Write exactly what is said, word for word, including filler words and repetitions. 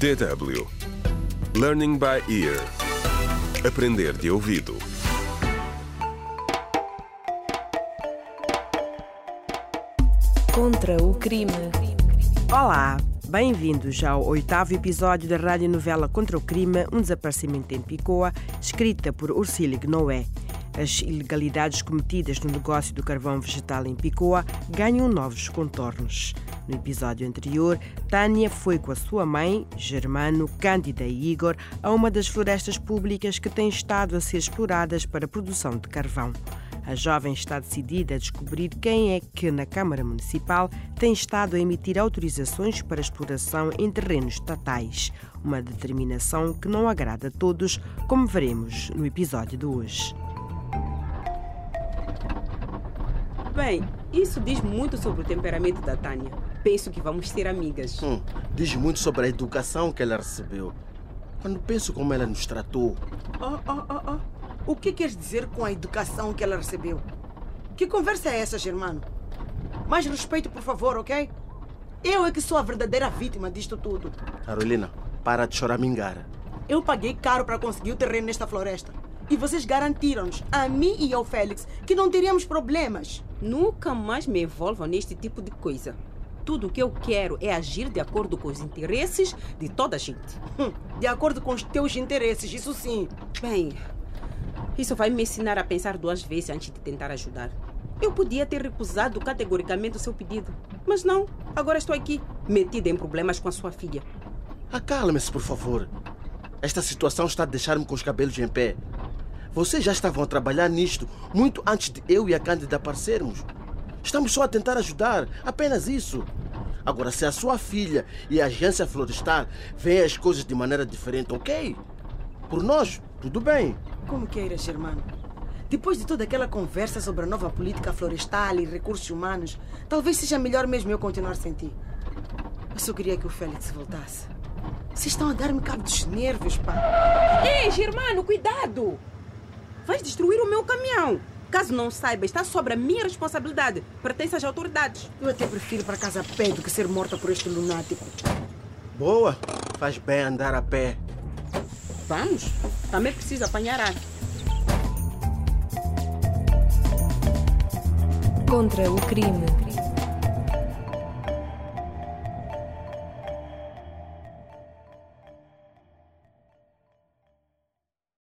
D W Learning by Ear. Aprender de ouvido. Contra o crime. Olá, bem-vindos ao oitavo episódio da radionovela Contra o Crime, um desaparecimento em Picoa, escrita por Ursília Noé. As ilegalidades cometidas no negócio do carvão vegetal em Picoa ganham novos contornos. No episódio anterior, Tânia foi com a sua mãe, Germano, Cândida e Igor a uma das florestas públicas que têm estado a ser exploradas para a produção de carvão. A jovem está decidida a descobrir quem é que, na Câmara Municipal, tem estado a emitir autorizações para exploração em terrenos estatais. Uma determinação que não agrada a todos, como veremos no episódio de hoje. Bem, isso diz muito sobre o temperamento da Tânia. Penso que vamos ser amigas. Hum, diz muito sobre a educação que ela recebeu. Quando penso como ela nos tratou. Oh, oh, oh, oh. O que queres dizer com a educação que ela recebeu? Que conversa é essa, Germano? Mais respeito, por favor, ok? Eu é que sou a verdadeira vítima disto tudo. Carolina, para de choramingar. Eu paguei caro para conseguir o terreno nesta floresta. E vocês garantiram-nos, a mim e ao Félix, que não teríamos problemas. Nunca mais me envolvam neste tipo de coisa. Tudo o que eu quero é agir de acordo com os interesses de toda a gente. Hum, de acordo com os teus interesses, isso sim. Bem, isso vai me ensinar a pensar duas vezes antes de tentar ajudar. Eu podia ter recusado categoricamente o seu pedido. Mas não, agora estou aqui, metida em problemas com a sua filha. Acalme-se, por favor. Esta situação está a deixar-me com os cabelos em pé. Vocês já estavam a trabalhar nisto muito antes de eu e a Cândida aparecermos. Estamos só a tentar ajudar, apenas isso. Agora, se a sua filha e a agência florestal veem as coisas de maneira diferente, ok? Por nós, tudo bem. Como queiras, Germano. Depois de toda aquela conversa sobre a nova política florestal e recursos humanos, talvez seja melhor mesmo eu continuar sem ti. Eu só queria que o Félix voltasse. Vocês estão a dar-me cabo dos nervos, pá. Ei, Germano, cuidado! Vais destruir o meu caminhão. Caso não saiba, está sobre a minha responsabilidade. Pertence às autoridades. Eu até prefiro ir para casa a pé do que ser morta por este lunático. Boa, faz bem andar a pé. Vamos, também preciso apanhar ar. Contra o crime.